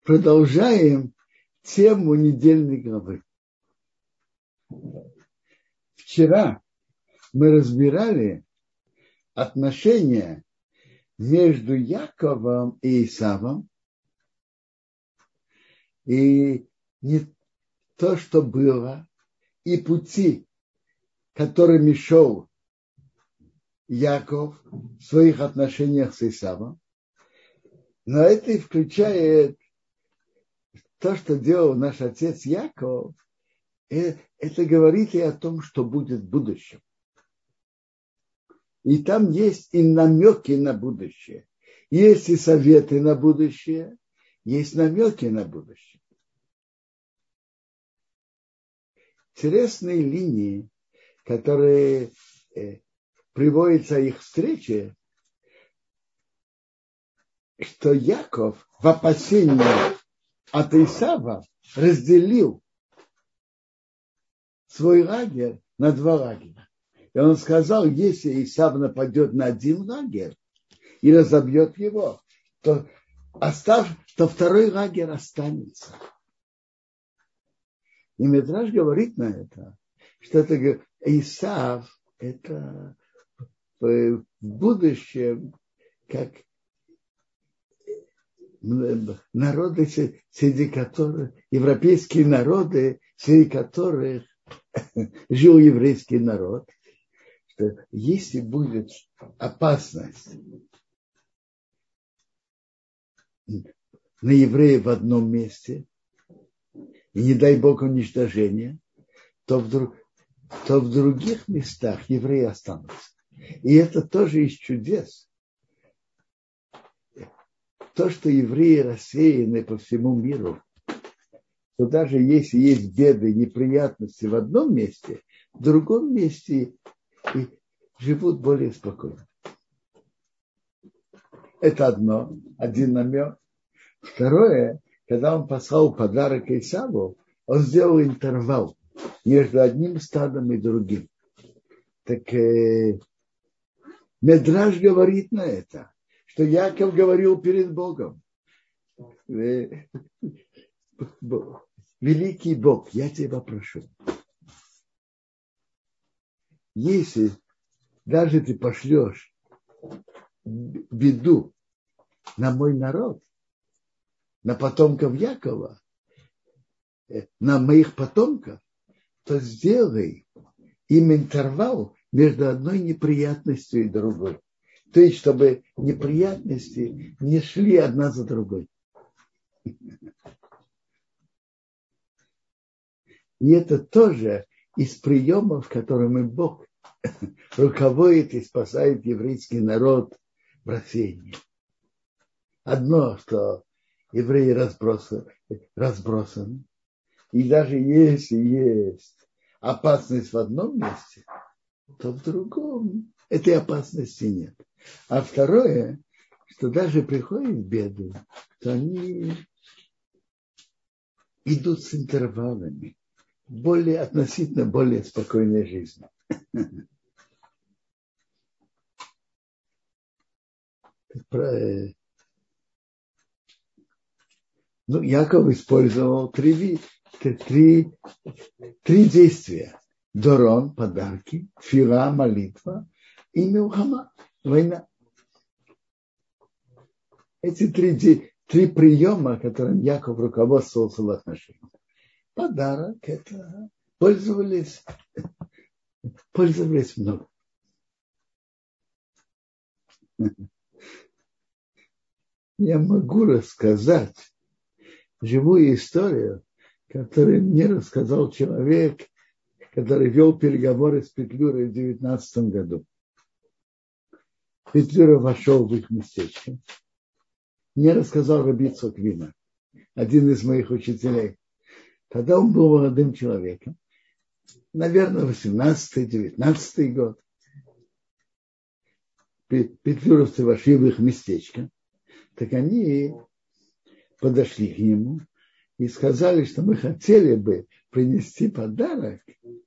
продолжаем тему недельной главы. Вчера мы разбирали отношения между Яковом и Исавом и не то, что было, и пути, которыми шел Яков в своих отношениях с Исавом. Но это и включает то, что делал наш отец Яков. Это говорит и о том, что будет в будущем. И там есть и намеки на будущее. Есть и советы на будущее, есть намеки на будущее. Интересные линии, которые приводятся о их встрече, что Яков в опасении от Исава разделил свой лагерь на два лагеря. И он сказал, если Исав нападет на один лагерь и разобьет его, то второй лагерь останется. И Мидраш говорит на это, что это Исав, это в будущем, как народы, среди которых, европейские народы, среди которых жил еврейский народ, что если будет опасность на евреев в одном месте, и не дай Бог уничтожения, то в других местах евреи останутся. И это тоже из чудес. То, что евреи рассеяны по всему миру, то даже если есть беды, неприятности в одном месте, в другом месте и живут более спокойно. Это один намек. Второе, когда он послал подарок Исаву, он сделал интервал между одним стадом и другим. Так Мидраш говорит на это, что Яков говорил перед Богом: великий Бог, я тебя прошу, если даже ты пошлешь беду на мой народ, на потомков Якова, на моих потомков, то сделай им интервал между одной неприятностью и другой. То есть, чтобы неприятности не шли одна за другой. И это тоже из приемов, которыми Бог руководит и спасает еврейский народ в рассеянии. Одно, что евреи разбросаны, и даже если есть опасность в одном месте, то в другом этой опасности нет. А второе, что даже приходят беды, то они идут с интервалами, относительно более спокойной жизни. Яков использовал три действия. Дорон, подарки, фила, молитва, и милхама, война. Эти три приема, которым Яков руководствовался в отношениях. Подарок, это пользовались много. Я могу рассказать живую историю, которую мне рассказал человек, который вел переговоры с Петлюрой в 2019 году. Петлюра вошел в их местечко. Мне рассказал Раби Ицхак Вина, один из моих учителей. Когда он был молодым человеком, наверное, 18-19 год, петлюровцы вошли в их местечко, так они подошли к нему и сказали, что мы хотели бы принести подарок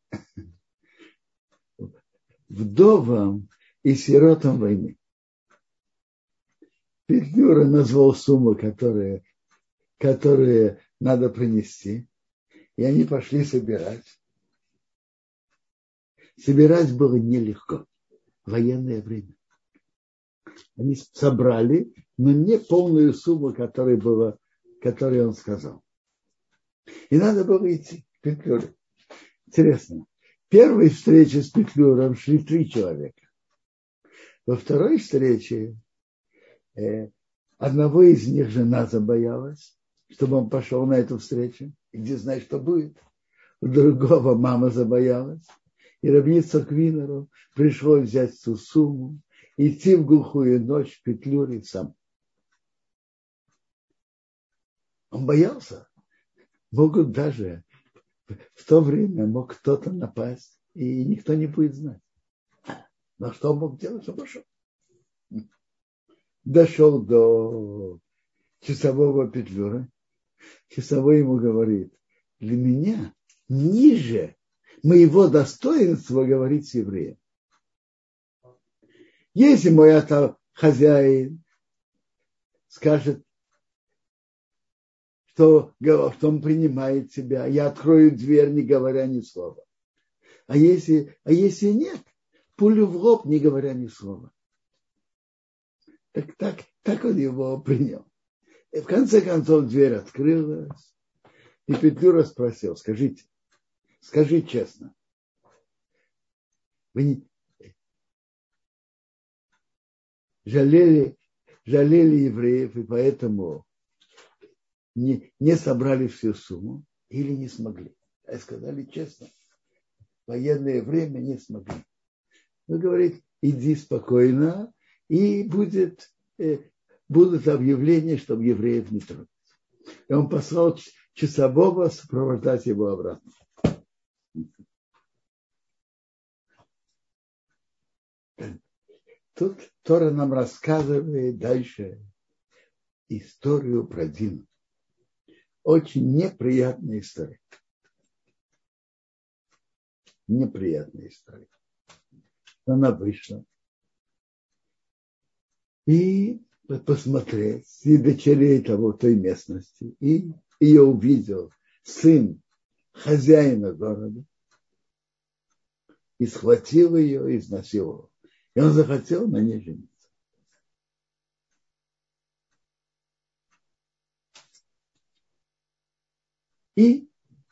вдовам и сиротам войны. Петлюра назвал сумму, которая которые надо принести. И они пошли собирать. Собирать было нелегко. Военное время. Они собрали, но не полную сумму, которую он сказал. И надо было идти к Петлюре. Интересно. В первой встрече с Петлюром шли 3 человека. Во второй встрече одного из них жена забоялась, чтобы он пошел на эту встречу, и где знать, что будет. У другого мама забоялась. И рабби Ицхак Винеру пришлось взять ту сумму, идти в глухую ночь в Петлюре сам. Он боялся. Могут даже в то время мог кто-то напасть, и никто не будет знать. Но что он мог делать? Он пошел. Дошел до часового Петлюра. Часовой ему говорит: для меня ниже моего достоинства говорить с евреем. Если мой хозяин скажет, что он принимает тебя, я открою дверь, не говоря ни слова. А если нет, пулю в лоб, не говоря ни слова. Так он его принял. И в конце концов дверь открылась, и Петлюра спросил: скажи честно, вы не жалели евреев и поэтому не собрали всю сумму или не смогли? А сказали честно, в военное время не смогли. Он говорит: иди спокойно, и будут объявления, чтобы евреев не трогать. И он послал часового сопровождать его обратно. Тут Тора нам рассказывает дальше историю про Дину. Очень неприятная история. Неприятная история. Она вышла и посмотреть и дочерей той местности. И ее увидел сын хозяина города и схватил ее и изнасиловал. И он захотел на ней жениться. И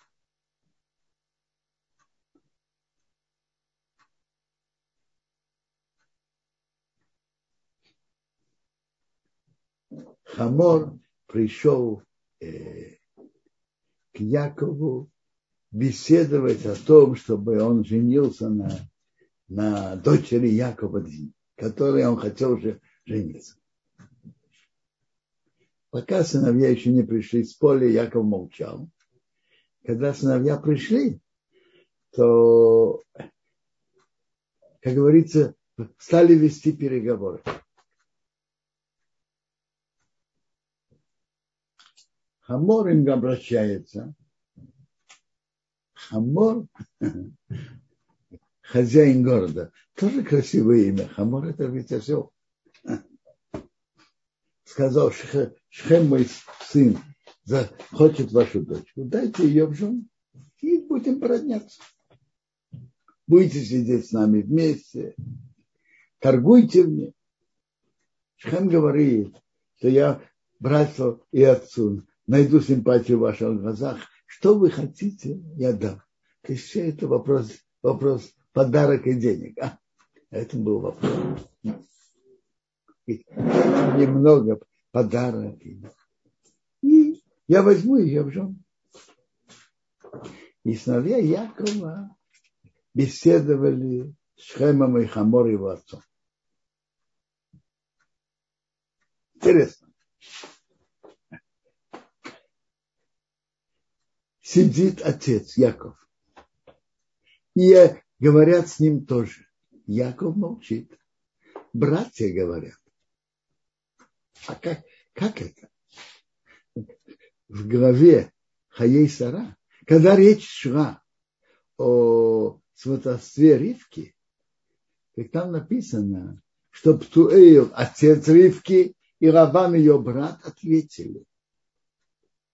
Хамор пришел к Якову беседовать о том, чтобы он женился на дочери Якова, которой он хотел уже жениться. Пока сыновья еще не пришли с поля, Яков молчал. Когда сыновья пришли, то, как говорится, стали вести переговоры. Хамор им обращается. Хамор, хозяин города, тоже красивое имя. Хамор — это ведь осел. Сказал: Шхем, мой сын, хочет вашу дочку, дайте ее в жену, и будем породняться. Будете сидеть с нами вместе, торгуйте мне. Шхем говорит, что я брату и отцу найду симпатию в ваших глазах. Что вы хотите, я дам. То есть все это вопрос подарок и денег. Это был вопрос. Немного подарок. И я возьму ее в жену. И сыновья Якова беседовали с Шхемом и Хамор его отцом. Интересно. Сидит отец Яков. И говорят с ним тоже. Яков молчит. Братья говорят. А как это? В главе Хаей Сара, когда речь шла о сватовстве Ривки, как там написано, что Птуэль, отец Ривки, и Лаван, ее брат, ответили.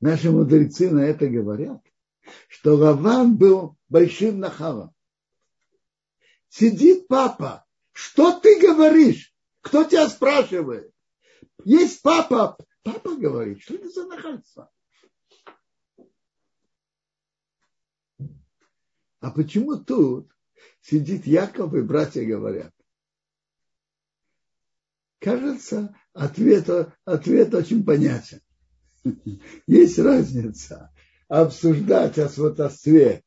Наши мудрецы на это говорят, что Лаван был большим нахалом. Сидит папа, что ты говоришь? Кто тебя спрашивает? Есть папа. Папа говорит, что это за нахальство? А почему тут сидит Яков и братья говорят? Кажется, ответ очень понятен. Есть разница обсуждать о сватовстве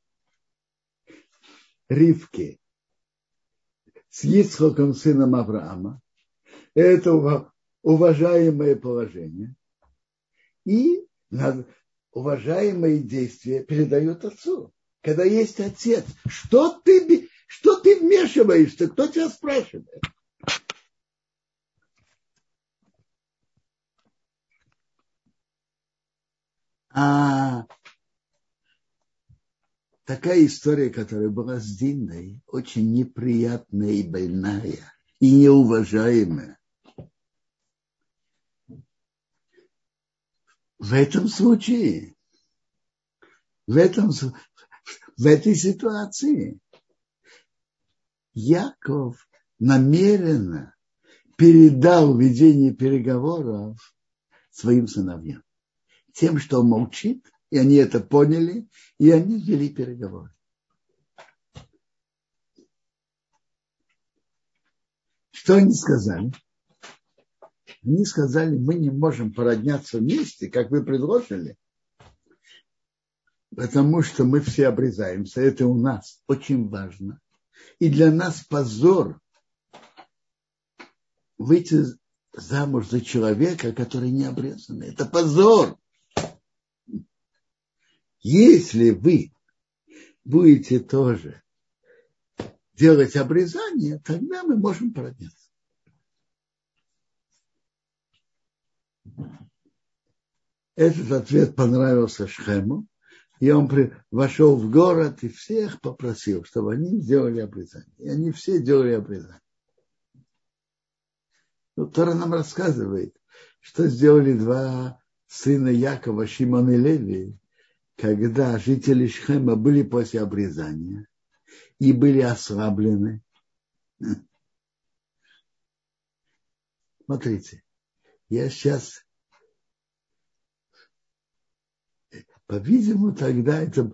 Ривки с Ицхоком, сыном Авраама. Это уважаемое положение. И уважаемые действия передают отцу. Когда есть отец, что ты вмешиваешься? Кто тебя спрашивает? А такая история, которая была с Диной, очень неприятная и больная, и неуважаемая. В этом случае, в этой ситуации Яков намеренно передал ведение переговоров своим сыновьям. Тем, что он молчит, и они это поняли, и они вели переговоры. Что они сказали? Они сказали, мы не можем породняться вместе, как вы предложили, потому что мы все обрезаемся. Это у нас очень важно. И для нас позор выйти замуж за человека, который не обрезанный. Это позор. Если вы будете тоже делать обрезание, тогда мы можем породниться. Этот ответ понравился Шхему, и он вошел в город и всех попросил, чтобы они сделали обрезание. И они все делали обрезание. Но Тора нам рассказывает, что сделали два сына Якова, Шимон и Леви, когда жители Шхема были после обрезания и были ослаблены. Смотрите, я сейчас, по-видимому, тогда это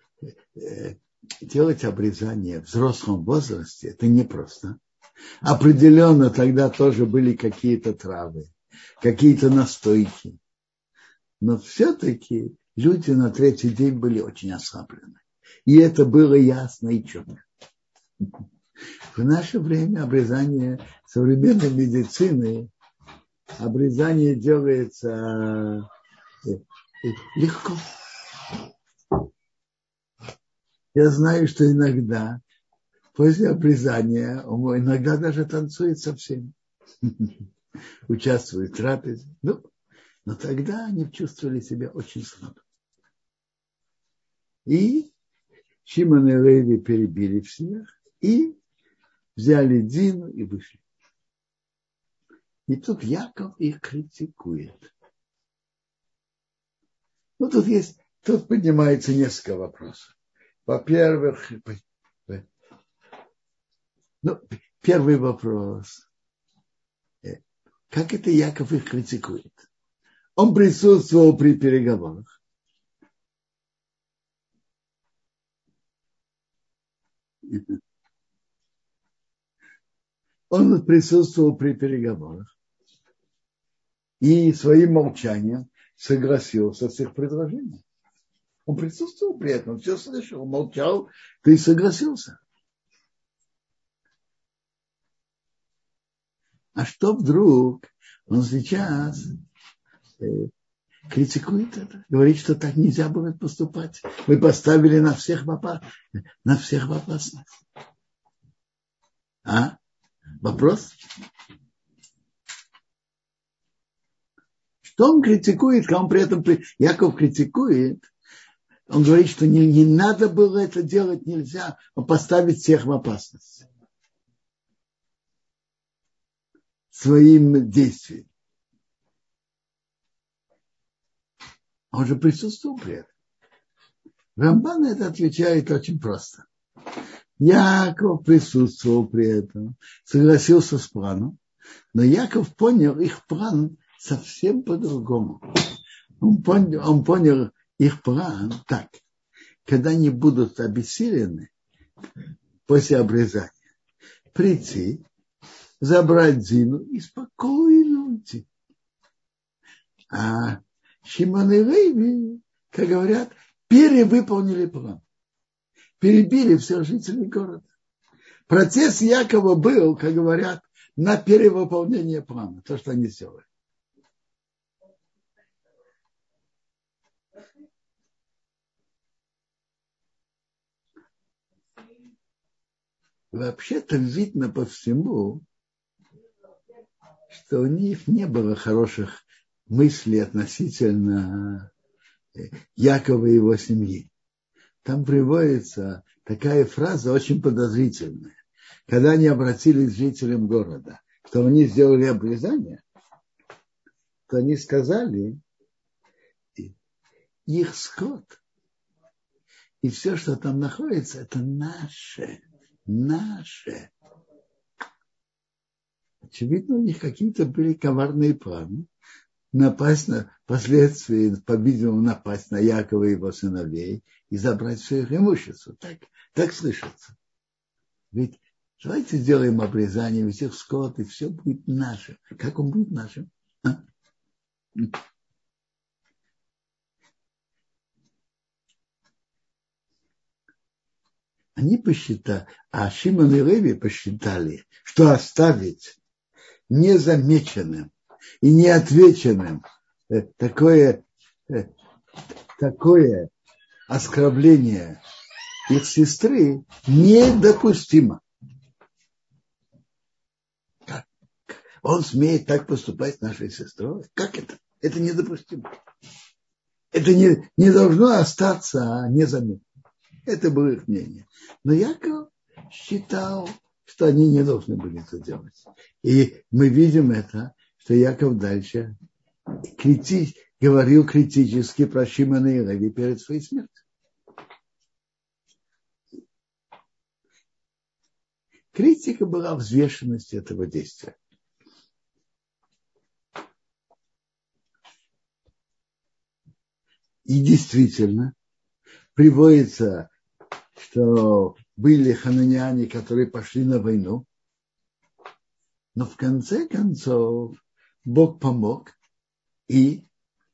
делать обрезание в взрослом возрасте, это непросто. Определенно тогда тоже были какие-то травы, какие-то настойки. Но все-таки люди на третий день были очень ослаблены. И это было ясно и четко. В наше время обрезание современной медицины, обрезание делается легко. Я знаю, что иногда после обрезания иногда даже танцует со всеми. Участвует в трапезе. Но тогда они чувствовали себя очень слабо. И Шимон и Леви перебили всех и взяли Дину и вышли. И тут Яков их критикует. Тут поднимается несколько вопросов. Во-первых, первый вопрос. Как это Яков их критикует? Он присутствовал при переговорах. Он присутствовал при переговорах и своим молчанием согласился с их предложением. Он присутствовал при этом, все слышал, молчал, ты согласился. А что вдруг он сейчас критикует это, говорит, что так нельзя было поступать. Мы поставили на всех в опасность. Вопрос? Что он критикует, когда он при этом Яков критикует, он говорит, что не надо было это делать, нельзя поставить всех в опасность своим действием. Он же присутствовал при этом. Рамбан на это отвечает очень просто. Яков присутствовал при этом, согласился с планом, но Яков понял их план совсем по-другому. Он понял их план так. Когда они будут обессилены после обрезания, прийти, забрать Зину и спокойно уйти. А Шимон и Леви, как говорят, перевыполнили план. Перебили всех жителей города. Протест Якова был, как говорят, на перевыполнение плана. То, что они сделали. Вообще-то видно по всему, что у них не было хороших мыслей относительно Якова и его семьи. Там приводится такая фраза очень подозрительная. Когда они обратились к жителям города, что они сделали обрезание, то они сказали, их скот и все, что там находится, это наше. Очевидно, у них какие-то были коварные планы напасть на последствия, по-видимому, напасть на Якова и его сыновей и забрать все их имущество. Так слышится. Ведь давайте сделаем обрезание, ведь их скот, и все будет наше. Как он будет нашим? Они посчитали, а Шимон и Леви посчитали, что оставить незамеченным и неотвеченным такое оскорбление их сестры недопустимо. Как? Он смеет так поступать с нашей сестрой? Как это? Это недопустимо. Это не должно остаться незаметно. Это было их мнение. Но Яков считал, что они не должны были это делать. И мы видим это, что Яков дальше говорил критически про Шимона и Леви перед своей смертью. Критика была взвешенности этого действия. И действительно, приводится, что были хананяне, которые пошли на войну, но в конце концов Бог помог, и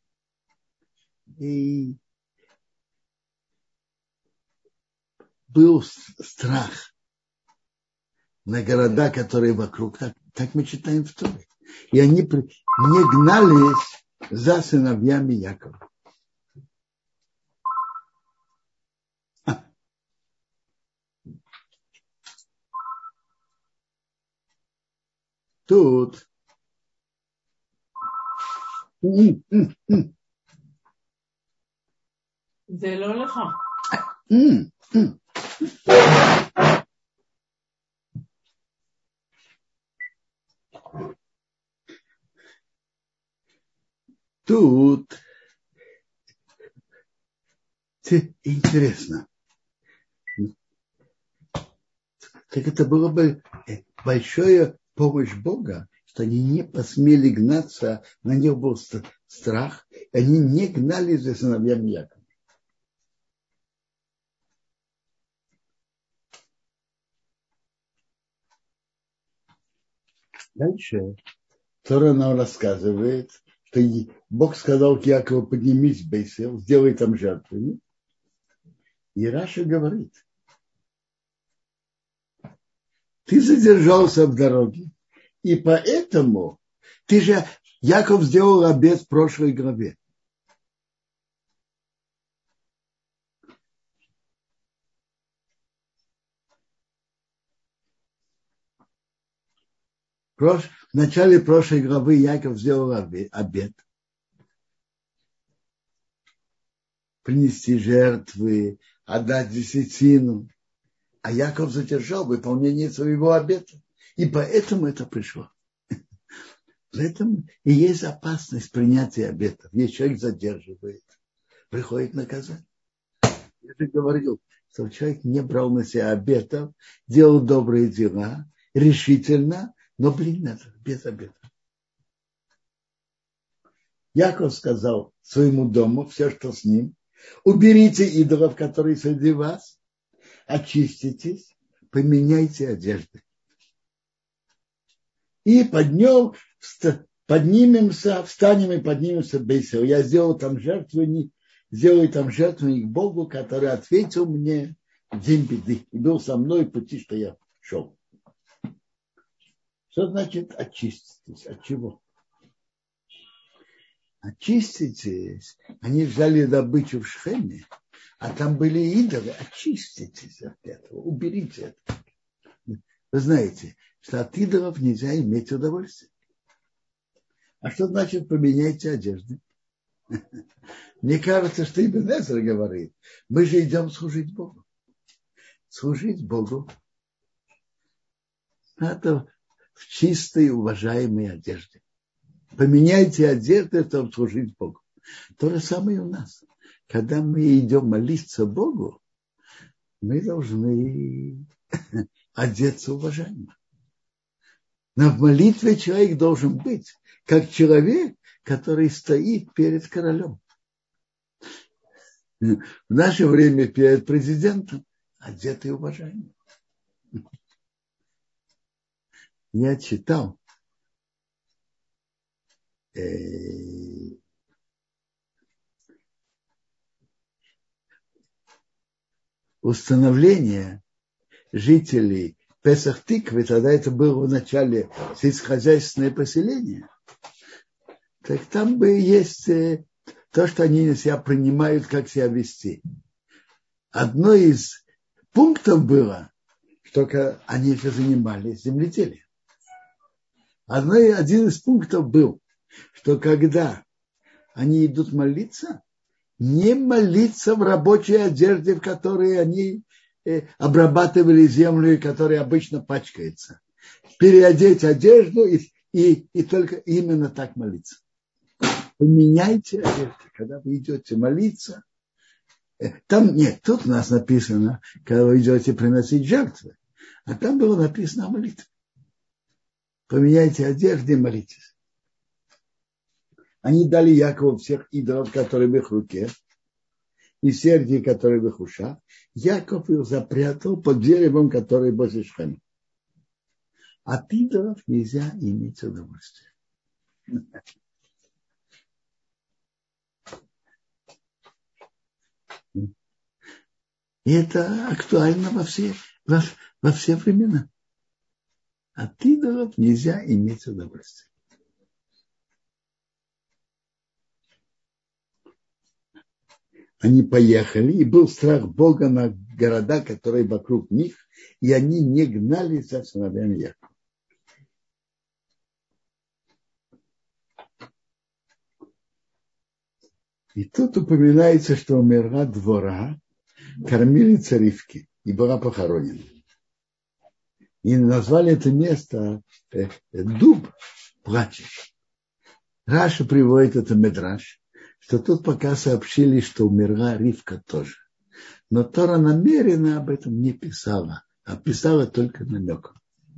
был страх на города, которые вокруг, так мы читаем в Торе. И они не гнались за сыновьями Якова. Тут זה לא לך. Тут интересно. Так это было бы большая помощь Бога, что они не посмели гнаться, на них был страх, и они не гнались за сыновьями Якова. Дальше Тора нам рассказывает, что Бог сказал к Якову: поднимись в Бейсел, сделай там жертву. И Раша говорит: ты задержался в дороге, и поэтому Яков сделал обет в прошлой главе. В начале прошлой главы Яков сделал обет принести жертвы, отдать десятину. А Яков задержал выполнение своего обета. И поэтому это пришло. В этом и есть опасность принятия обетов. Если человек задерживает, приходит наказание. Я же говорил, что человек не брал на себя обетов, делал добрые дела, решительно, но, без обетов. Яков сказал своему дому, все, что с ним, уберите идолов, которые среди вас, очиститесь, поменяйте одежды. И поднимемся, встанем и поднимемся в Бейсел. Я сделаю там жертвенник Богу, который ответил мне в день беды и был со мной в пути, что я шел. Что значит очиститесь? От чего? Очиститесь. Они взяли добычу в Шхеме, а там были идолы. Очиститесь от этого, уберите это. Вы знаете, что от идолов нельзя иметь удовольствие. А что значит поменяйте одежды? Мне кажется, что Ибн Эзра говорит, мы же идем служить Богу. Служить Богу надо в чистой, уважаемой одежде. Поменяйте одежды, чтобы служить Богу. То же самое и у нас. Когда мы идем молиться Богу, мы должны одеться уважаемо. Но в молитве человек должен быть как человек, который стоит перед королем. В наше время перед президентом одетый уважаемо. Я читал установление жителей Песах-Тиквы, тогда это было в начале сельскохозяйственное поселение, так там бы есть то, что они на себя принимают, как себя вести. Одно из пунктов было, что они еще занимались земледелием. Один из пунктов был, что когда они идут молиться, не молиться в рабочей одежде, в которой они обрабатывали землю, и которая обычно пачкается. Переодеть одежду и только именно так молиться. Поменяйте одежду, когда вы идете молиться. Там нет, тут у нас написано, когда вы идете приносить жертвы, а там было написано о молитве. Поменяйте одежду и молитесь. Они дали Якову всех идолов, которые в их руке, и серьги, которые в их ушах. Яков их запрятал под деревом, который возле Шхема. От идолов нельзя иметь удовольствие. И это актуально во все времена. От идолов нельзя иметь удовольствие. Они поехали, и был страх Бога на города, которые вокруг них, и они не гнались за сыновьями Якова. И тут упоминается, что умерла Двора, кормилица Ривки, и была похоронена. И назвали это место дуб плачет. Раша приводит это Медраш, что тут пока сообщили, что умерла Ривка тоже. Но Тора намеренно об этом не писала, а писала только намеком.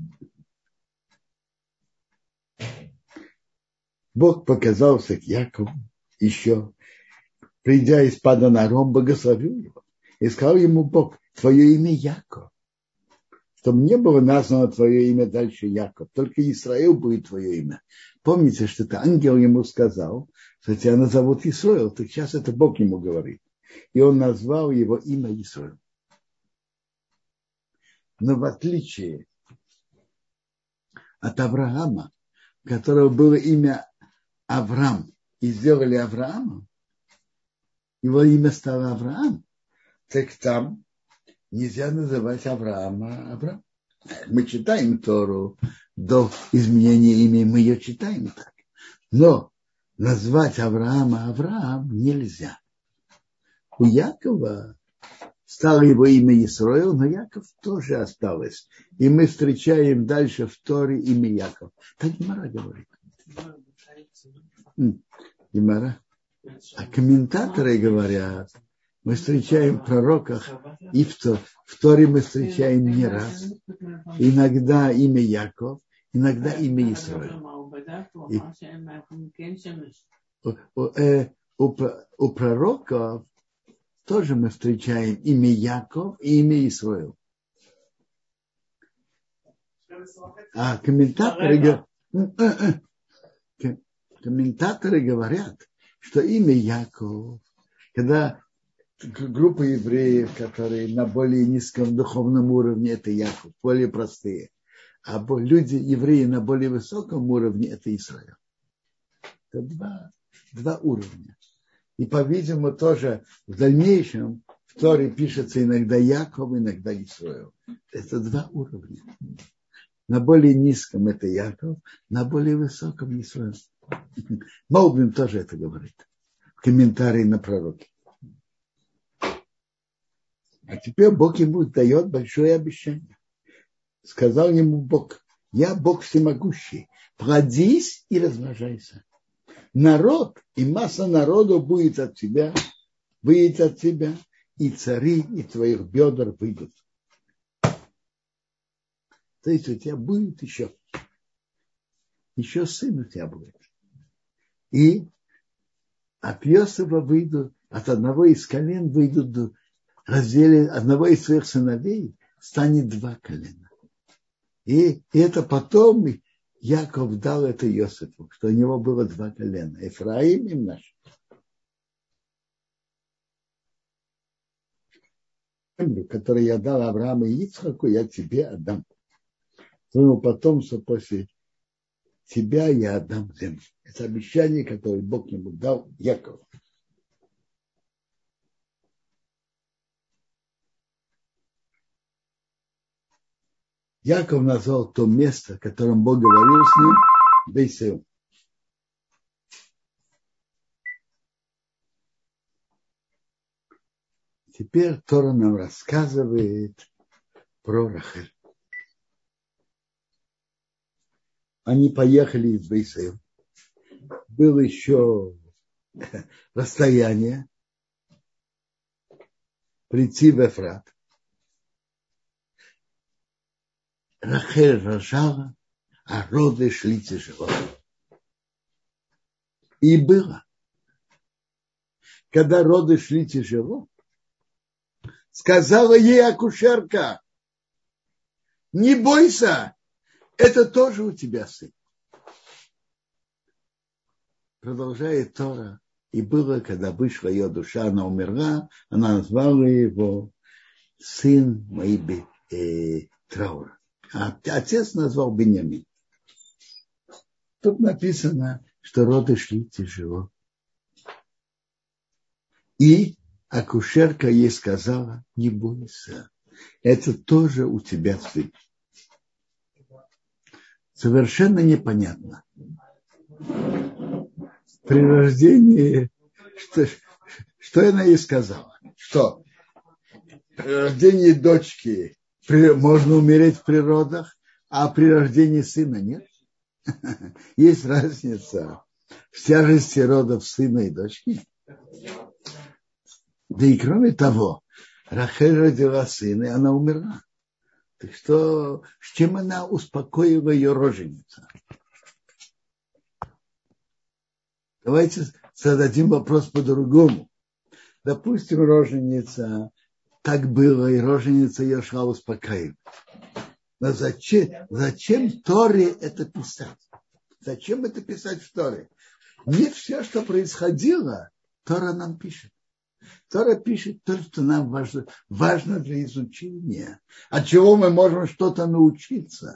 Бог показался к Якову еще, придя из Падан-Арам, благословил его. И сказал ему Бог: твое имя Яков. Чтобы не было названо твое имя дальше Яков, только Исраил будет твое имя. Помните, что это ангел ему сказал, что тебя назовут Исраил, так сейчас это Бог ему говорит. И он назвал его имя Исраил. Но в отличие от Авраама, у которого было имя Авраам, и сделали Авраама, его имя стало Авраам, так там нельзя называть Авраама Авраам. Мы читаем Тору до изменения имени, мы ее читаем так. Но назвать Авраама Авраам нельзя. У Якова стало его имя Исраил, но Яков тоже осталось. И мы встречаем дальше в Торе имя Яков. Так Гемара говорит. Гемара. А комментаторы говорят, мы встречаем в пророках, и в Торе мы встречаем не раз. Иногда имя Яков, иногда имя Исраиль. У пророков тоже мы встречаем имя Яков и имя Исраиль. А комментаторы говорят, что имя Яков, когда группа евреев, которые на более низком духовном уровне, это Яков, более простые, а люди, евреи на более высоком уровне, это Израиль. Это два уровня. И, по-видимому, тоже в дальнейшем в Торе пишется иногда Яков, иногда Израиль. Это два уровня. На более низком это Яков, на более высоком Израиль. Малбим тоже это говорит в комментарии на пророке. А теперь Бог ему дает большое обещание. Сказал ему Бог: я Бог всемогущий, плодись и размножайся. Народ и масса народу выйдет от тебя, и цари из твоих бедер выйдут. То есть у тебя будет еще сын у тебя будет. И от Иосифа выйдут, от одного из колен выйдут, разделят одного из своих сыновей, станет два колена. И это потом Яков дал это Иосифу, что у него было два колена, Ефраим и Мнаше. Землю, которую я дал Аврааму и Ицхаку, я тебе отдам. Твоему потомству после тебя я отдам землю. Это обещание, которое Бог ему дал Якову. Яков назвал то место, в котором Бог говорил с ним, Бейсеу. Теперь Тора нам рассказывает про Рахель. Они поехали из Бейсеу. Было еще расстояние прийти в Эфрат. Рахель рожала, а роды шли тяжело. И было. Когда роды шли тяжело, сказала ей акушерка: не бойся, это тоже у тебя сын. Продолжает Тора. И было, когда вышла ее душа, она умерла, она назвала его сын моей траура. А отец назвал Беньямин. Тут написано, что роды шли тяжело. И акушерка ей сказала: не бойся, это тоже у тебя сын. Совершенно непонятно. При рождении, что она ей сказала? Что при рождении дочки можно умереть в природах, а при рождении сына нет? Есть разница в тяжести родов сына и дочки. Да и кроме того, Рахель родила сына, и она умерла. Так что, с чем она успокоила ее роженицу? Давайте зададим вопрос по-другому. Допустим, роженица, так было, и роженица ее шла успокаивать. Но зачем Торе это писать? Зачем это писать в Торе? Не все, что происходило, Тора нам пишет. Тора пишет то, что нам важно для изучения, от чего мы можем что-то научиться.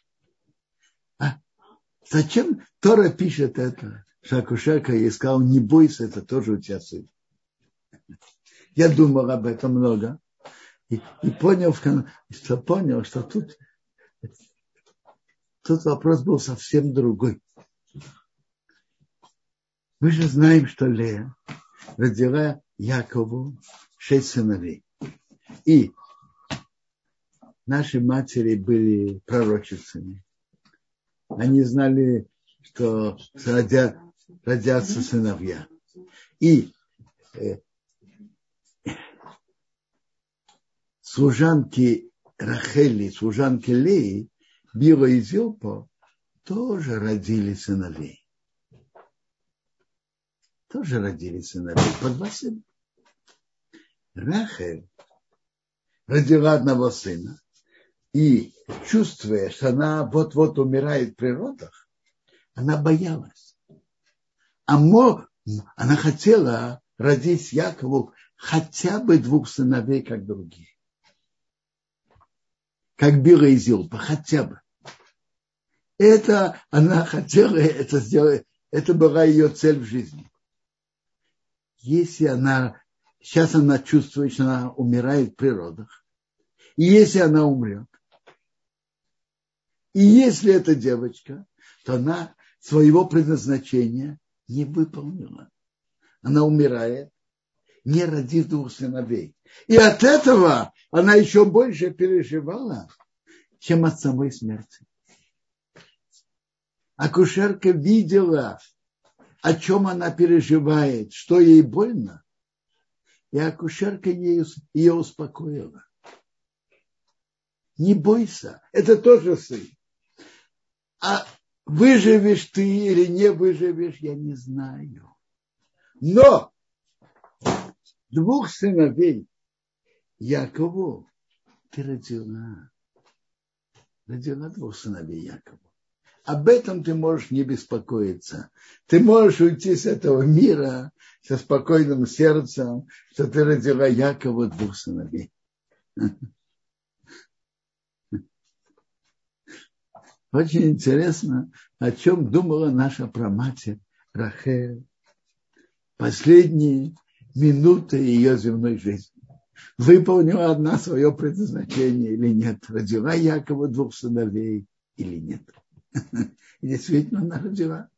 Зачем Тора пишет это? Акушерка ей сказал: не бойся, это тоже у тебя сын. Я думал об этом много и понял, что тут вопрос был совсем другой. Мы же знаем, что Лея родила Якову 6 сыновей. И наши матери были пророчицами. Они знали, что родятся сыновья. И служанки Рахели, служанки Леи, Била и Зилпа тоже родили сыновей. Тоже родили сыновей. По 2 сына. Рахель родила одного сына. И чувствуя, что она вот-вот умирает при родах, она боялась. Она хотела родить Якову хотя бы 2 сыновей, как другие. Как Била и Зилпа, хотя бы. Это она хотела это сделать. Это была ее цель в жизни. Если сейчас она чувствует, что она умирает при родах, и если она умрет, и если это девочка, то она своего предназначения не выполнила. Она умирает, не родив 2 сыновей. И от этого она еще больше переживала, чем от самой смерти. Акушерка видела, о чем она переживает, что ей больно, и акушерка ее успокоила. Не бойся, это тоже сын. А выживешь ты или не выживешь, я не знаю. Но 2 сыновей Якову ты родила. Родила 2 сыновей Якову. Об этом ты можешь не беспокоиться. Ты можешь уйти с этого мира со спокойным сердцем, что ты родила Якову 2 сыновей. Очень интересно, о чем думала наша праматерь Рахель последние минуты ее земной жизни. Выполнила она свое предназначение или нет? Родила Якова 2 сыновей или нет? И действительно она родила.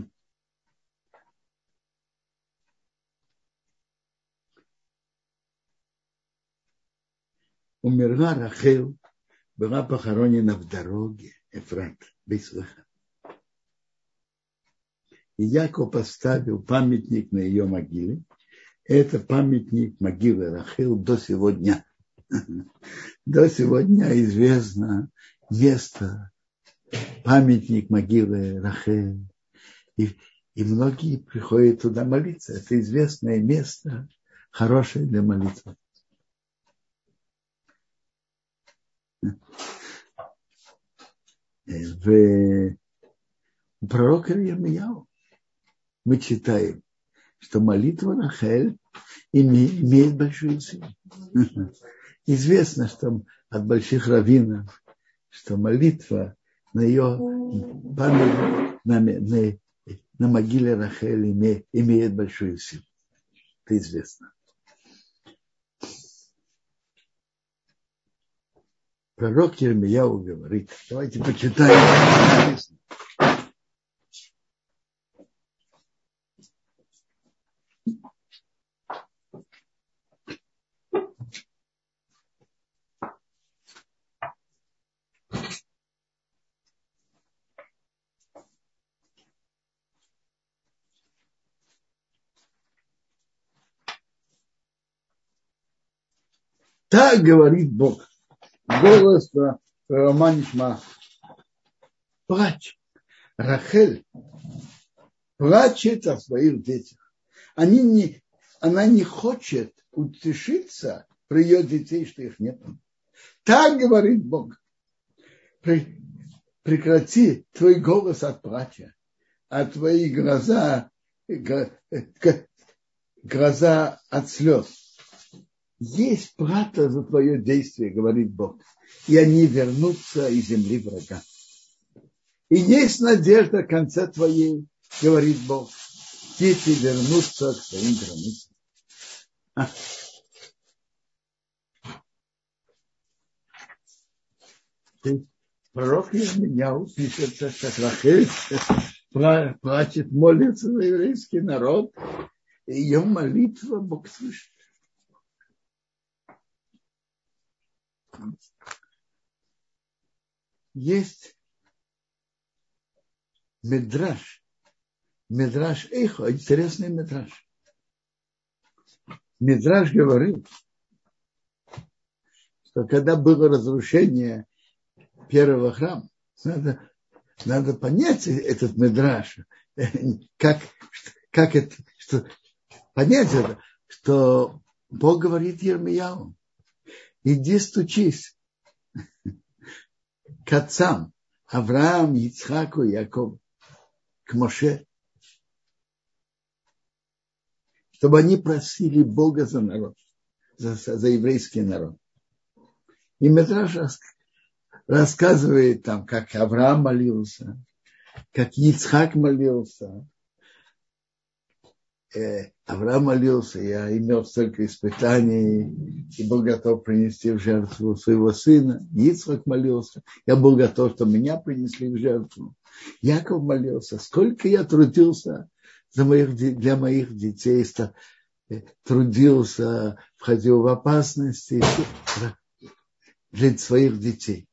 Умерла Рахель, была похоронена в дороге Эфрат, Бейслеха. И Яков поставил памятник на ее могиле. Это памятник могилы Рахель до сегодня. До сегодня известно место, памятник могилы Рахель. И многие приходят туда молиться. Это известное место, хорошее для молитвы. У пророка Ирмияу мы читаем, что молитва Рахель имеет большую силу. Известно, что от больших раввинов, что молитва на ее память, на могиле Рахель имеет большую силу. Это известно. Пророк Ирмияу говорит, давайте почитаем. Так говорит Бог. Голос Романишма. Плач. Рахель плачет о своих детях. Она не хочет утешиться про ее детей, что их нет. Так говорит Бог. Прекрати твой голос от плача, а твои глаза от слез. Есть плата за твое действие, говорит Бог, и они вернутся из земли врага. И есть надежда в конце твоей, говорит Бог, дети вернутся к своим границам. Пророк Ирмияу пишет, что Рахель плачет, молится за еврейский народ, и ее молитва Бог слышит. Есть Медраш Эйхо, интересный Медраш. Мидраш говорит, что когда было разрушение первого храма, надо понять этот мидраш, как это, что, понять это, что Бог говорит Йирмияу, иди стучись к отцам Авраам, Ицхаку, Якову, к Моше, чтобы они просили Бога за народ, за еврейский народ. И Мидраш рассказывает там, как Авраам молился, как Ицхак молился. Авраам молился, я имел столько испытаний, и был готов принести в жертву своего сына. Ицхак молился, я был готов, чтобы меня принесли в жертву. Яков молился, сколько я трудился для моих детей, трудился, входил в опасности для своих детей.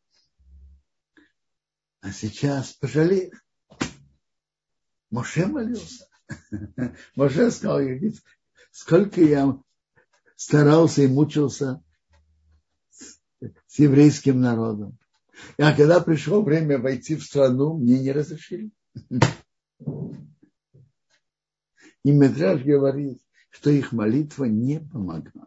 А сейчас пожалел. Моше молился. Моше сказал, сколько я старался и мучился с еврейским народом. А когда пришло время войти в страну, мне не разрешили. И Мидраш говорит, что их молитва не помогла.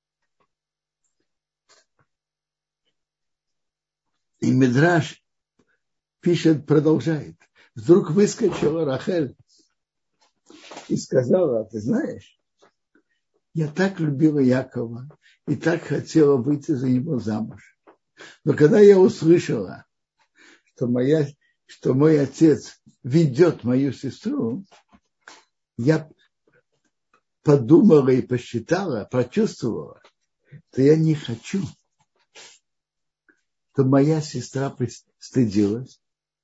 И Мидраш пишет, продолжает. Вдруг выскочила Рахель и сказала, ты знаешь, я так любила Якова и так хотела выйти за него замуж. Но когда я услышала, что мой отец ведет мою сестру, я подумала и посчитала, прочувствовала, что я не хочу, чтобы моя сестра стыдилась.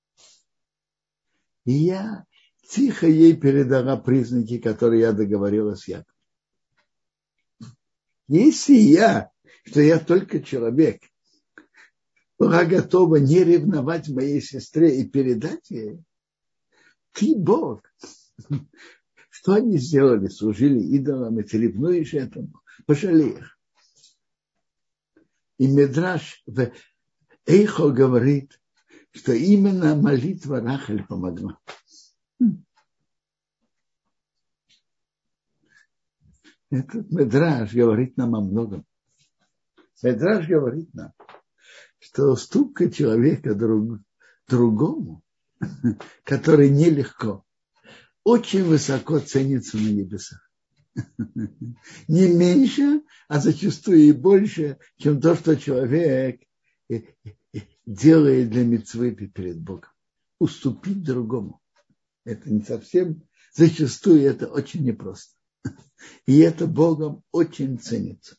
И я тихо ей передала признаки, которые я договорилась с Яковом. Если что я только человек, была готова не ревновать моей сестре и передать ей, ты Бог. Что они сделали? Служили идолам, и ты ревнуешь этому? Пожалей их. И Мидраш в Эйхо говорит, что именно молитва Рахель помогла. Этот Мидраш говорит нам о многом. Мидраш говорит нам, что уступка человека другому, который нелегко, очень высоко ценится на небесах. Не меньше, а зачастую и больше, чем то, что человек делает для мицвы перед Богом. Уступить другому. Это не совсем, зачастую это очень непросто. И это Богом очень ценится.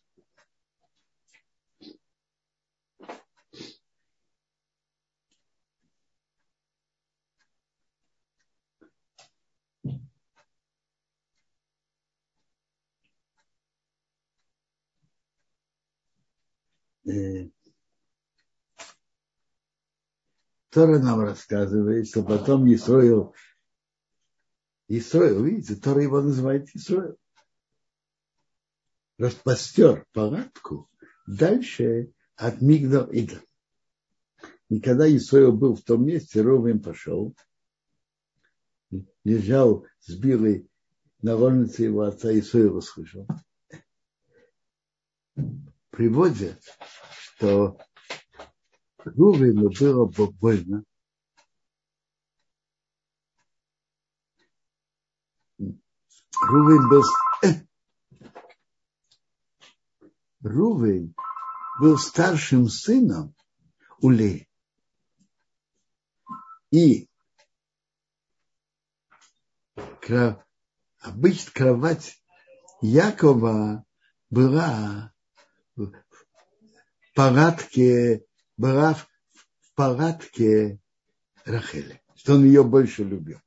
Тора нам рассказывает, что потом Исроил, видите, Тора его называет Исроил, распостер палатку дальше от Мигдал-Идол. И когда Исроил был в том месте, Рувим пошел, лежал с Билой на лонице его отца, Исроил услышал. Приводят, что Рувиму было больно. Рувим был старшим сыном у Леи. И обычно кровать Якова была в палатке Рахели, что он ее больше любил.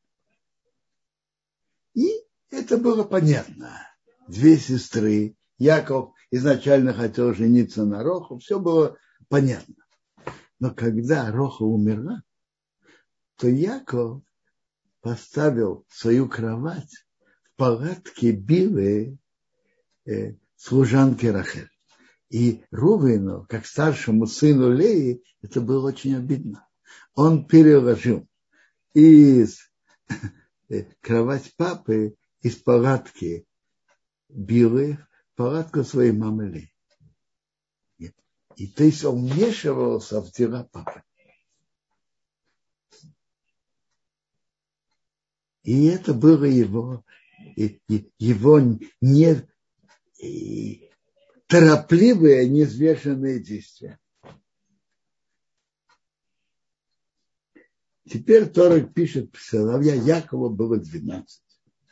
И это было понятно. Две сестры, Яков изначально хотел жениться на Роху, все было понятно. Но когда Роха умерла, то Яков поставил свою кровать в палатке Билы служанки Рахель. И Рувену, как старшему сыну Леи, это было очень обидно. Он переложил из кровать папы, из палатки Билы в палатку своей мамы Леи. И то есть он вмешивался в дела папы. И это было его торопливые, неизвешенные действия. Теперь Торок пишет, сыновья Якова было 12.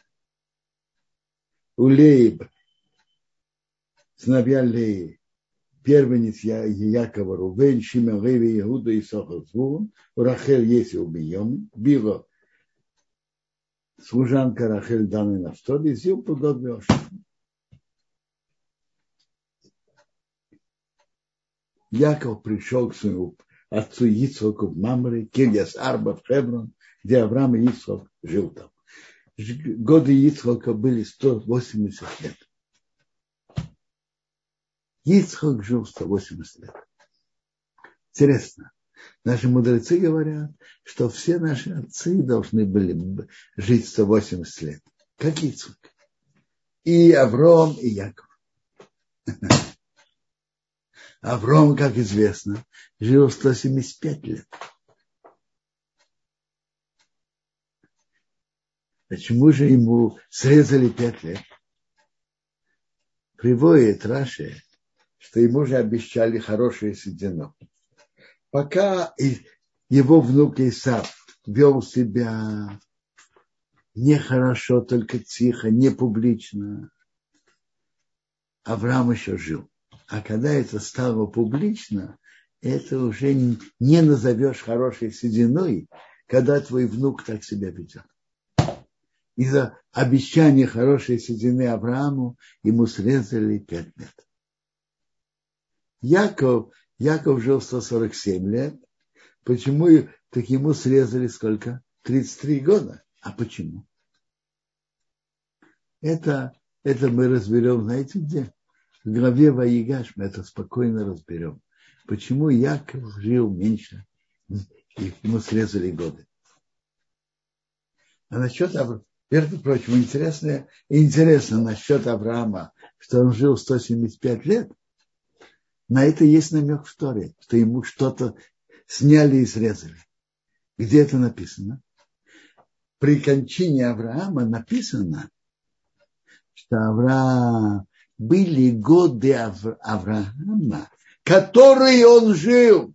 У Леи, сыновья Леи, первенец Якова Рувен, Шимон, Леви, Иуда, Исахар, Звулун, у Рахель есть убием, Било, служанка Рахель данной на столе, Зилпу Додвеж. Яков пришел к своему отцу Ицхоку в Мамре, Кирьяс Арба в Хеврон, где Авраам и Ицхок жил там. Годы Ицхока были 180 лет. Ицхок жил 180 лет. Интересно. Наши мудрецы говорят, что все наши отцы должны были жить 180 лет. Как Ицхок. И Авраам, и Яков. Авраам, как известно, жил 175 лет. Почему же ему срезали 5 лет? Приводит Раши, что ему же обещали хорошее седино. Пока его внук Исав вел себя нехорошо, только тихо, не публично, Авраам еще жил. А когда это стало публично, это уже не назовешь хорошей сединой, когда твой внук так себя ведет. Из-за обещания хорошей седины Аврааму ему срезали 5 лет. Яков жил 147 лет. Почему так ему срезали сколько? 33 года. А почему? Это мы разберем, знаете где? В главе Ваигаш мы это спокойно разберем. Почему Яков жил меньше, и ему срезали годы. А насчет Авраама, между прочим, интересно насчет Авраама, что он жил 175 лет, на это есть намек в Торе, что ему что-то сняли и срезали. Где это написано? При кончине Авраама написано, что были годы Авраама, которые он жил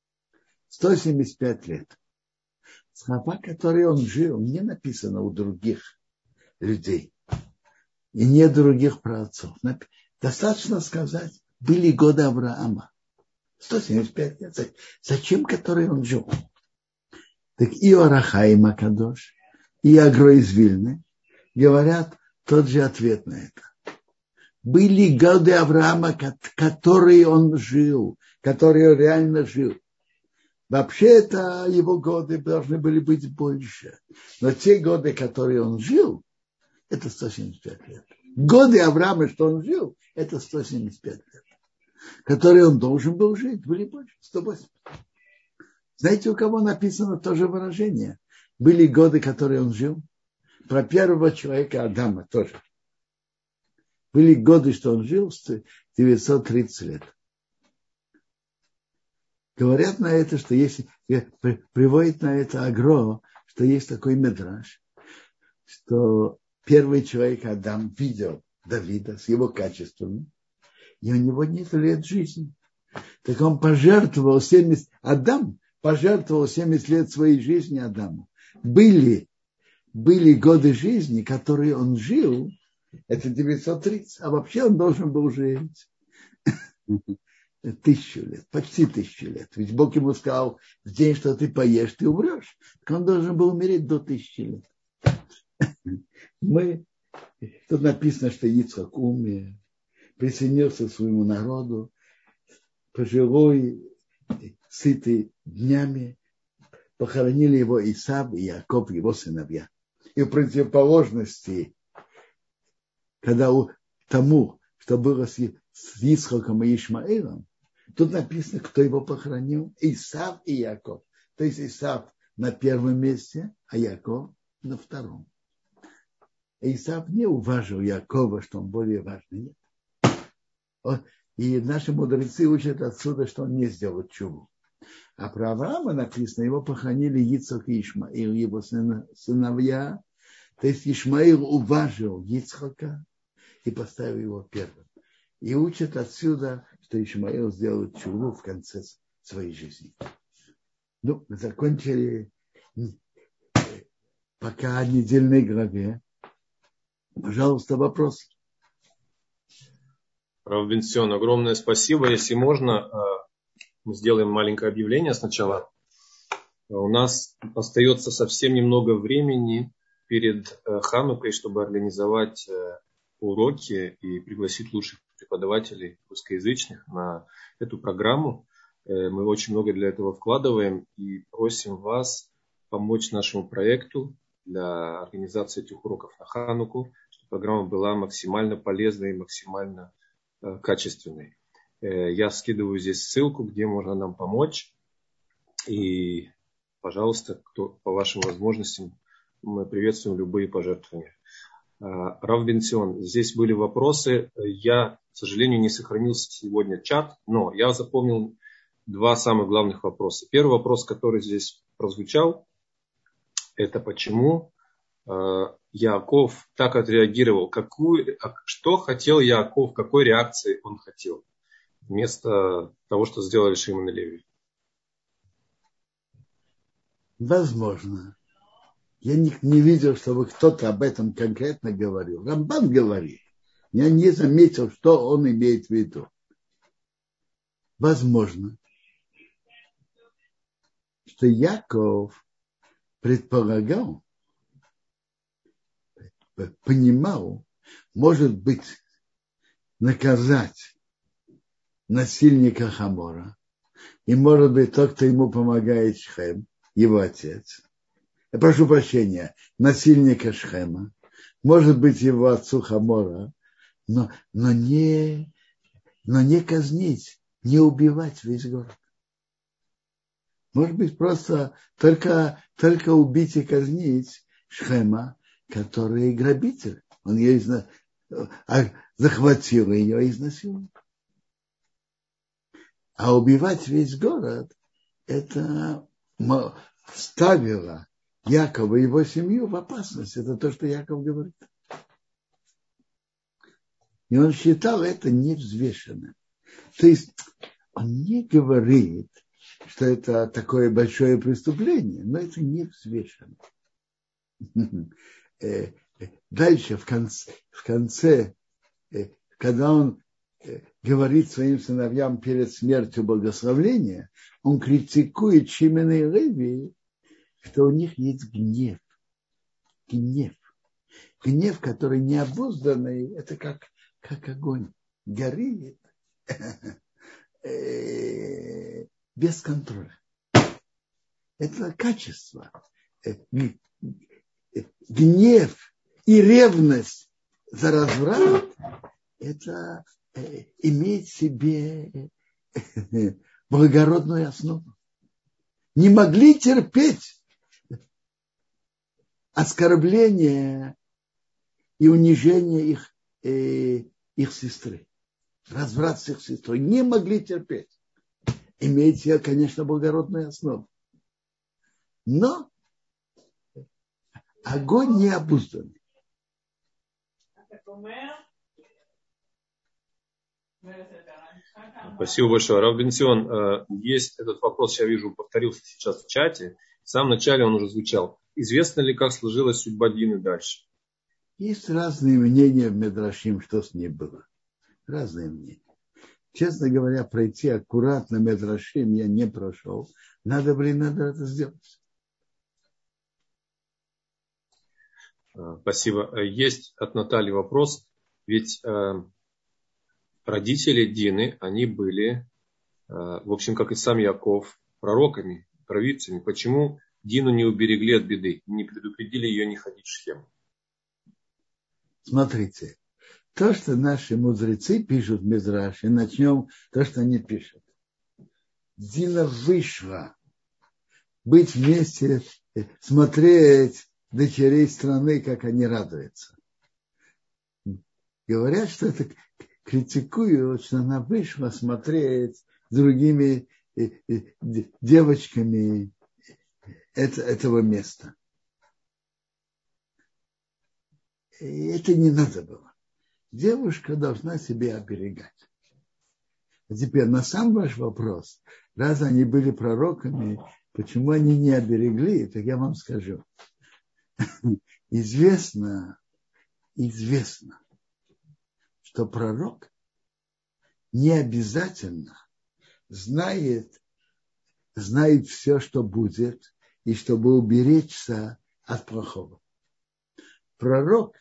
175 лет. Слова, которые он жил, не написано у других людей и не других праотцов. Достаточно сказать, были годы Авраама. 175 лет. Зачем, которые он жил? Так и Орахаим Акадош, и Агро из Вильны говорят тот же ответ на это. Были годы Авраама, которые он жил, которые он реально жил. Вообще-то его годы должны были быть больше. Но те годы, которые он жил, это 175 лет. Годы Авраама, что он жил, это 175 лет. Которые он должен был жить, были больше, 180. Знаете, у кого написано то же выражение? Были годы, которые он жил. Про первого человека Адама тоже. Были годы, что он жил, 930 лет. Говорят на это, что есть, приводит на это Агро, что есть такой мидраш, что первый человек Адам видел Давида с его качествами, и у него нет лет жизни. Так он пожертвовал 70 лет своей жизни Адаму. Были годы жизни, которые он жил, это 930, а вообще он должен был жить 1000 лет, почти 1000 лет. Ведь Бог ему сказал, в день, что ты поешь, ты умрешь. Так он должен был умереть до 1000 лет. Тут написано, что Ицхак умер, присоединился к своему народу, пожилой, сытый днями, похоронили его Исав и Яков, его сыновья. И в противоположности, когда тому, что было с Ицхаком и Ишмаэлом, тут написано, кто его похоронил, Исав и Яков. То есть Исав на первом месте, а Яков на втором. Исав не уважил Якова, что он более важный. Нет. И наши мудрецы учат отсюда, что он не сделал чуву. А про Авраама написано, его похоронили Ицхак и Ишмаил, его сыновья. То есть Ишмаил уважил Ицхака и поставил его первым. И учат отсюда, что Ишмаил сделал чуву в конце своей жизни. Ну, мы закончили пока о недельной главе. Пожалуйста, вопрос. Рав Бенсион, огромное спасибо. Если можно, мы сделаем маленькое объявление сначала. У нас остается совсем немного времени перед Ханукой, чтобы организовать уроки и пригласить лучших преподавателей русскоязычных на эту программу. Мы очень много для этого вкладываем и просим вас помочь нашему проекту для организации этих уроков на Хануку, чтобы программа была максимально полезной и максимально качественной. Я скидываю здесь ссылку, где можно нам помочь. И, пожалуйста, по вашим возможностям, мы приветствуем любые пожертвования. Рав Бенсион, здесь были вопросы. Я, к сожалению, не сохранил сегодня чат, но я запомнил два самых главных вопроса. Первый вопрос, который здесь прозвучал, это почему Яаков так отреагировал, что хотел Яаков, какой реакции он хотел, вместо того, что сделали Шимон и Леви. Возможно. Я не видел, чтобы кто-то об этом конкретно говорил. Рамбан говорит. Я не заметил, что он имеет в виду. Возможно, что Яков предполагал, понимал, может быть, наказать насильника Хамора, и, может быть, тот, кто ему помогает, Шхем, его отец. Я прошу прощения, насильника Шхема, может быть, его отцу Хамора, но не казнить, не убивать весь город. Может быть, просто только убить и казнить Шхема, который грабитель. Он ее захватил ее и изнасиловал. А убивать весь город, это ставило Якова и его семью в опасность. Это то, что Яков говорит. И он считал это невзвешенным. То есть он не говорит, что это такое большое преступление, но это невзвешенно. Дальше, в конце, когда он говорит своим сыновьям перед смертью благословления, он критикует Шимона и Леви, что у них есть гнев. Гнев, который необузданный, это как огонь. Горит без контроля. Это качество. Гнев и ревность за разврат, это имеет в себе благородную основу. Не могли терпеть оскорбление и унижение их сестры. Разврат с их сестрой. Не могли терпеть. Имеет в себе, конечно, благородную основу. Но огонь необузданный. Спасибо большое. Рав Бенсион, есть этот вопрос, я вижу, повторился сейчас в чате. В самом начале он уже звучал. Известно ли, как сложилась судьба Дины дальше? Есть разные мнения в Медрашим, что с ней было. Разные мнения. Честно говоря, пройти аккуратно Медрашим я не прошел. Надо это сделать. Спасибо. Есть от Натальи вопрос. Ведь родители Дины, они были, в общем, как и сам Яков, пророками, провидцами. Почему Дину не уберегли от беды, не предупредили ее не ходить в Шхем? Смотрите, то, что наши мудрецы пишут в Мидраше, начнем то, что они пишут. Дина вышла быть вместе, смотреть дочерей страны, как они радуются. Говорят, что это критикуют, что она вышла смотреть с другими девочками этого места. И это не надо было. Девушка должна себя оберегать. А теперь на сам ваш вопрос, раз они были пророками, почему они не оберегли, так я вам скажу. Известно, что пророк не обязательно знает все, что будет, и чтобы уберечься от плохого. Пророк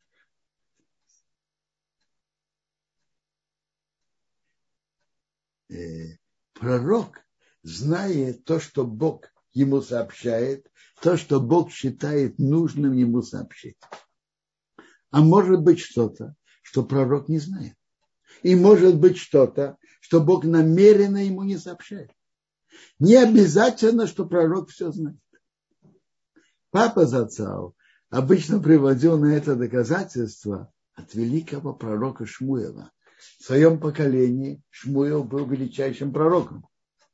знает то, что Бог ему сообщает, то, что Бог считает нужным ему сообщить. А может быть что-то, что пророк не знает. И может быть что-то, что Бог намеренно ему не сообщает. Не обязательно, что пророк все знает. Папа Зацал обычно приводил на это доказательство от великого пророка Шмуэла. В своем поколении Шмуэл был величайшим пророком.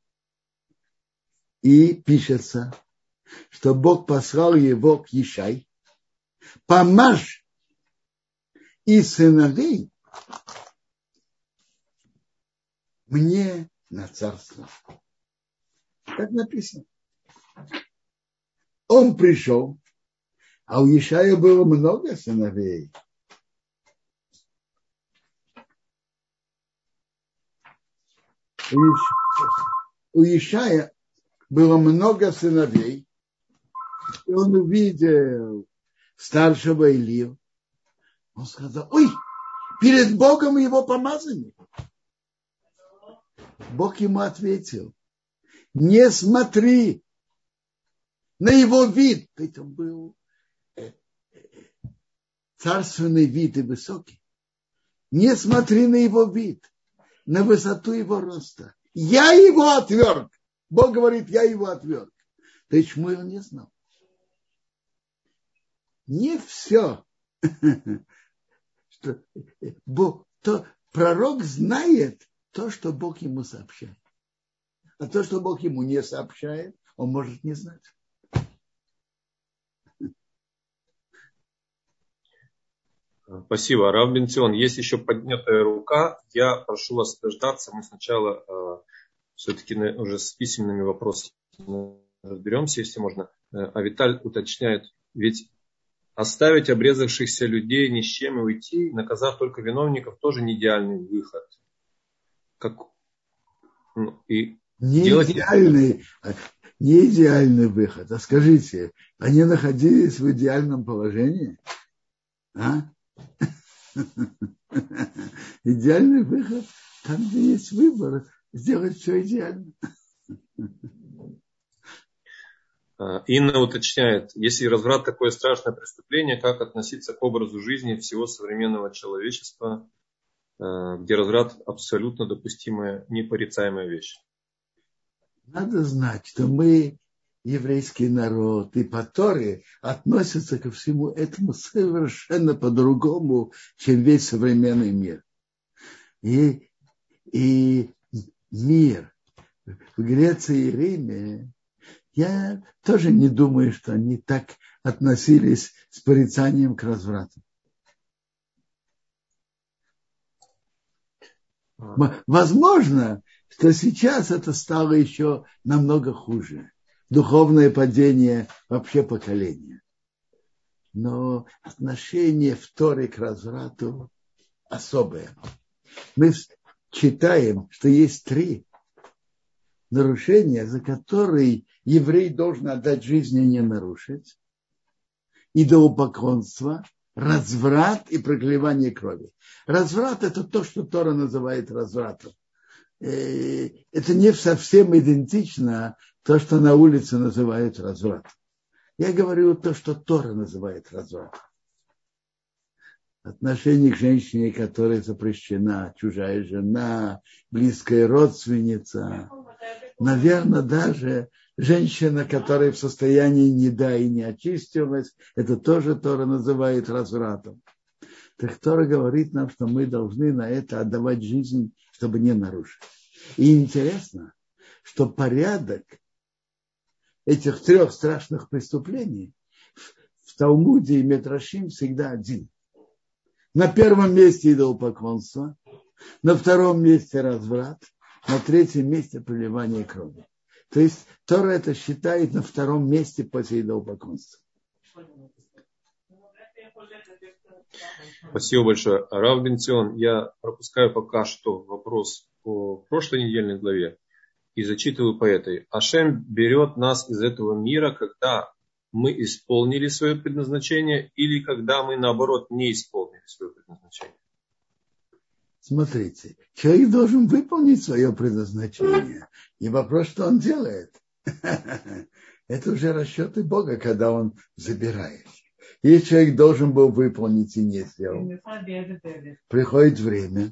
И пишется, что Бог послал его к Ишай, помажь и сыновей мне на царство. Так написано. Он пришел, а у Ишая было много сыновей. У Ишая было много сыновей, и он увидел старшего Илью. Он сказал: ой, перед Богом его помазали. Бог ему ответил: не смотри на его вид. Это был царственный вид и высокий. Не смотри на его вид, на высоту его роста. Я его отверг. Бог говорит, я его отверг. То есть Шмуэл не знал. Не все. Пророк знает то, что Бог ему сообщает. А то, что Бог ему не сообщает, он может не знать. Спасибо. Рав Бенцион, есть еще поднятая рука. Я прошу вас дождаться. Мы сначала все-таки уже с письменными вопросами разберемся, если можно. А Виталь уточняет, ведь оставить обрезавшихся людей ни с чем и уйти, наказав только виновников, тоже не идеальный выход. Не идеальный выход. А скажите, они находились в идеальном положении? А? Идеальный выход, там, где есть выбор, сделать все идеально. Инна уточняет, если разврат такое страшное преступление, как относиться к образу жизни всего современного человечества, где разврат абсолютно допустимая, непорицаемая вещь? Надо знать, что мы, еврейский народ, и по Торе относятся ко всему этому совершенно по-другому, чем весь современный мир. И мир в Греции и Риме, я тоже не думаю, что они так относились с порицанием к разврату. Возможно, что сейчас это стало еще намного хуже. Духовное падение вообще поколения. Но отношение в Торе к разврату особое. Мы читаем, что есть 3 нарушения, за которые еврей должен отдать жизнь и не нарушить. Идолопоклонство, разврат и проклевание крови. Разврат – это то, что Тора называет развратом. Это не совсем идентично то, что на улице называют развратом. Я говорю то, что Тора называет развратом. отношение к женщине, которая запрещена, чужая жена, близкая родственница. Наверное, даже женщина, которая в состоянии неда и не очистилась, это тоже Тора называет развратом. Так Тора говорит нам, что мы должны на это отдавать жизнь, чтобы не нарушить. И интересно, что порядок этих 3 страшных преступлений в Талмуде и Мидрашим всегда один. На первом месте идолопоклонство, на втором месте разврат, на третьем месте проливание крови. То есть Тора это считает на втором месте после идолопоклонства. Спасибо большое. Рав Бенцион, я пропускаю пока что вопрос по прошлой недельной главе и зачитываю по этой. Ашем берет нас из этого мира, когда мы исполнили свое предназначение или когда мы, наоборот, не исполнили свое предназначение? Смотрите, человек должен выполнить свое предназначение. И вопрос, что он делает. Это уже расчеты Бога, когда он забирает. Если человек должен был выполнить и не сделал, приходит время,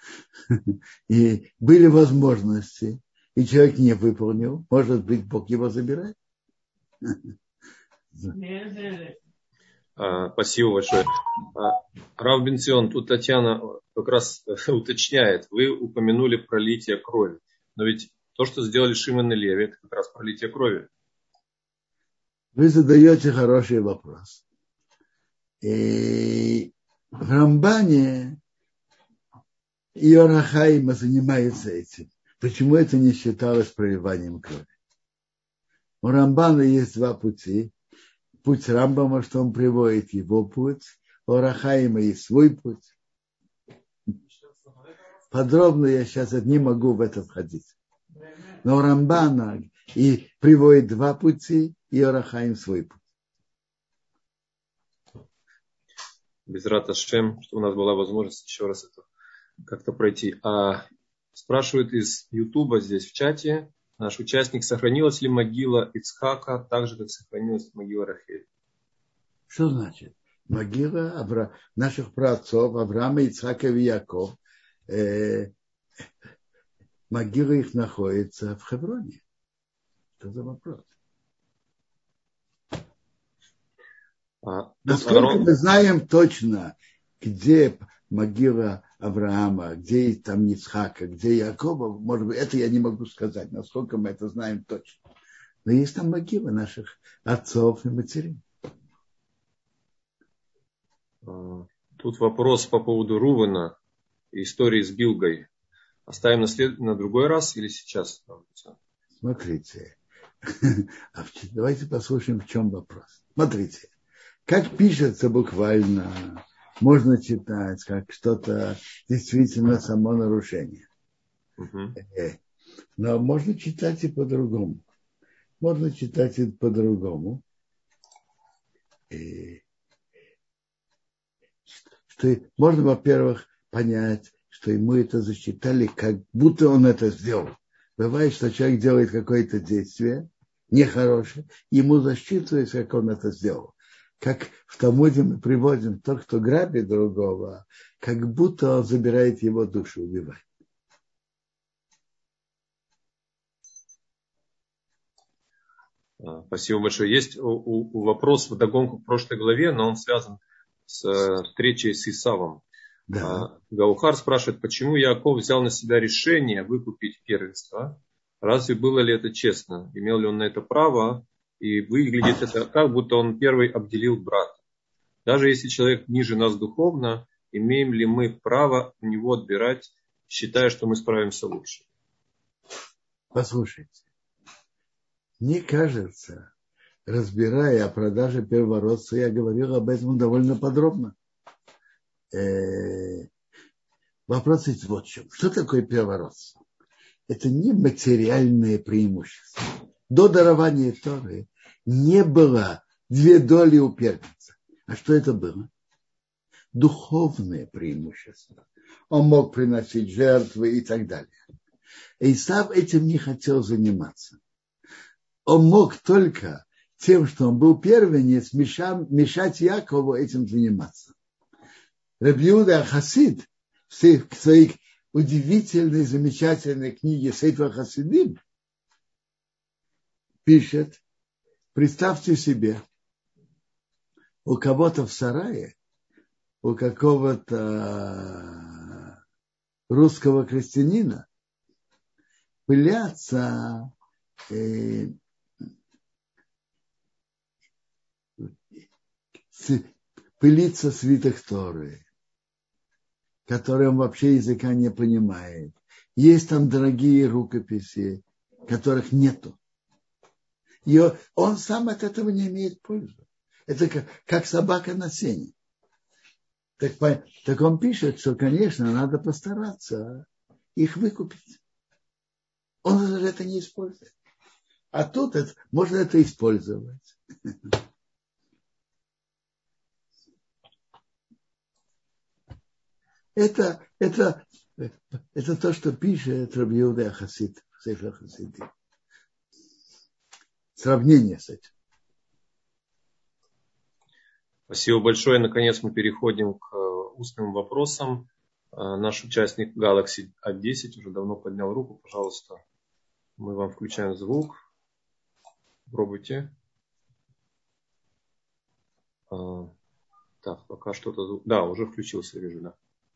и были возможности, и человек не выполнил, может быть, Бог его забирает. Спасибо большое. Рав Бенцион, тут Татьяна как раз уточняет, вы упомянули пролитие крови, но ведь то, что сделали Шимон и Леви, это как раз пролитие крови. Вы задаете хороший вопрос. И в Рамбане Иор ха-Хаима занимается этим. Почему это не считалось проливанием крови? У Рамбана есть 2 пути. Путь Рамбама, что он приводит, его путь. У Иор ха-Хаима есть свой путь. Подробно я сейчас не могу в это входить. Но у Рамбана и приводит 2 пути, и Иор ха-Хаим свой путь. Безрат Ашем, что у нас была возможность еще раз это как-то пройти. Спрашивают из Ютуба здесь в чате, наш участник, сохранилась ли могила Ицхака так же, как сохранилась могила Рахель? Что значит? Могила наших праотцов Авраама, Ицхака и Якова, могила их находится в Хевроне. Что за вопрос? Насколько мы знаем точно, где могила Авраама, где там Ицхака, где Якова, может быть, это я не могу сказать, насколько мы это знаем точно. Но есть там могилы наших отцов и матерей. Тут вопрос по поводу Рувена и истории с Билгой. Оставим на другой раз или сейчас? Смотрите. Давайте послушаем, в чем вопрос. Смотрите. Как пишется буквально, можно читать, как что-то действительно само нарушение. Но можно читать и по-другому. Что можно, во-первых, понять, что ему это засчитали, как будто он это сделал. Бывает, что человек делает какое-то действие нехорошее, ему засчитывается, как он это сделал. Как в Талмуде мы приводим, тот, кто грабит другого, как будто он забирает его душу, убивает. Спасибо большое. Есть вопрос вдогонку к прошлой главе, но он связан с встречей с Исавом. Да. Гаухар спрашивает, почему Яаков взял на себя решение выкупить первенство? Разве было ли это честно? Имел ли он на это право? И выглядит это так, будто он первый обделил брата. Даже если человек ниже нас духовно, имеем ли мы право у него отбирать, считая, что мы справимся лучше? Послушайте. Мне кажется, разбирая о продаже первородства, я говорил об этом довольно подробно. Вопрос есть вот в чем. Что такое первородство? Это не материальное преимущество. До дарования Торы не было 2 доли у первенца. А что это было? Духовное преимущество. Он мог приносить жертвы и так далее. Исав этим не хотел заниматься. Он мог только тем, что он был первенец, мешать Якову этим заниматься. Раби Иуда Хасид в своей удивительной, замечательной книге Сейфа Хасидим пишет, представьте себе, у кого-то в сарае, у какого-то русского крестьянина пылятся пылится свиток Торы, который он вообще языка не понимает. Есть там дорогие рукописи, которых нету. И он сам от этого не имеет пользы. Это как собака на сене. Так он пишет, что, конечно, надо постараться их выкупить. Он же это не использует. А тут можно это использовать. Это то, что пишет Раби Иуда Хасид в Сейфе Хасидим. Сравнение с этим. Спасибо большое. Наконец мы переходим к устным вопросам. Наш участник Galaxy A10 уже давно поднял руку. Пожалуйста, мы вам включаем звук. Пробуйте. Так, пока что-то звук. Да, уже включился, вижу, да.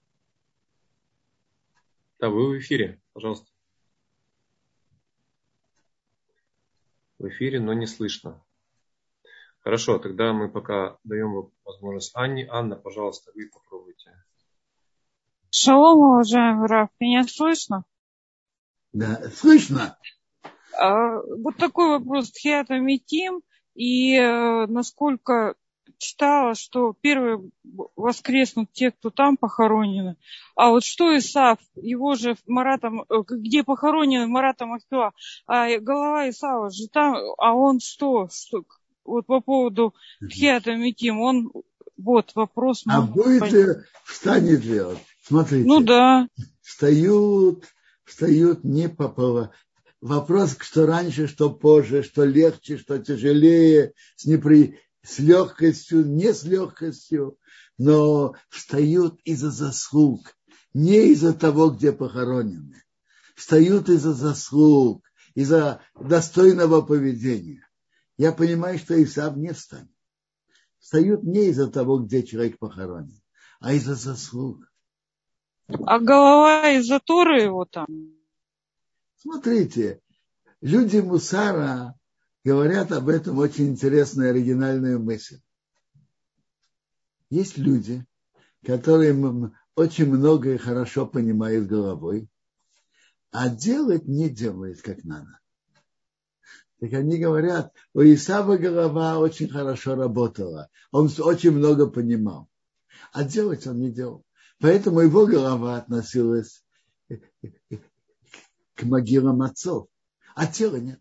Да, вы в эфире, пожалуйста. В эфире, но не слышно. Хорошо, тогда мы пока даем возможность Анне. Анна, пожалуйста, вы попробуйте. Шалом, уважаемый Рав, меня слышно? Да, слышно. Вот такой вопрос. Тхиат Амитим, и насколько читала, что первые воскреснут те, кто там похоронены. А вот что Исав, его же Маратом, где похоронены Маратом Ахтуа, а голова Исава же там, а он что? Вот по поводу Тхиат Амитим, он, вот вопрос. А будет ли, встанет ли он? Смотрите. Ну да. Встают не по поводу. Вопрос, что раньше, что позже, что легче, что тяжелее, с легкостью, не с легкостью, но встают из-за заслуг, не из-за того, где похоронены. Встают из-за заслуг, из-за достойного поведения. Я понимаю, что Исав не встанет. Встают не из-за того, где человек похоронен, а из-за заслуг. А голова из-за Торы его там? Смотрите, люди Мусара говорят об этом очень интересную оригинальную мысль. Есть люди, которые очень много и хорошо понимают головой, а делать не делают как надо. Так они говорят, у Исава голова очень хорошо работала, он очень много понимал, а делать он не делал. Поэтому его голова относилась к могилам отцов, а тела нет.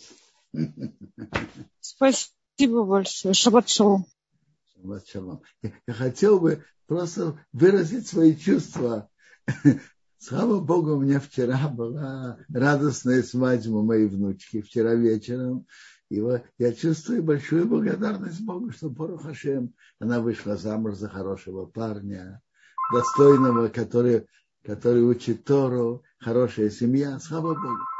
Спасибо большое. Шаббат шалом. Шаббат шалом. Я хотел бы просто выразить свои чувства. Слава Богу, у меня вчера была радостная свадьба моей внучки, вчера вечером. И я чувствую большую благодарность Богу, что Борух Хашем, она вышла замуж за хорошего парня, достойного, который учит Тору, хорошая семья. Слава Богу.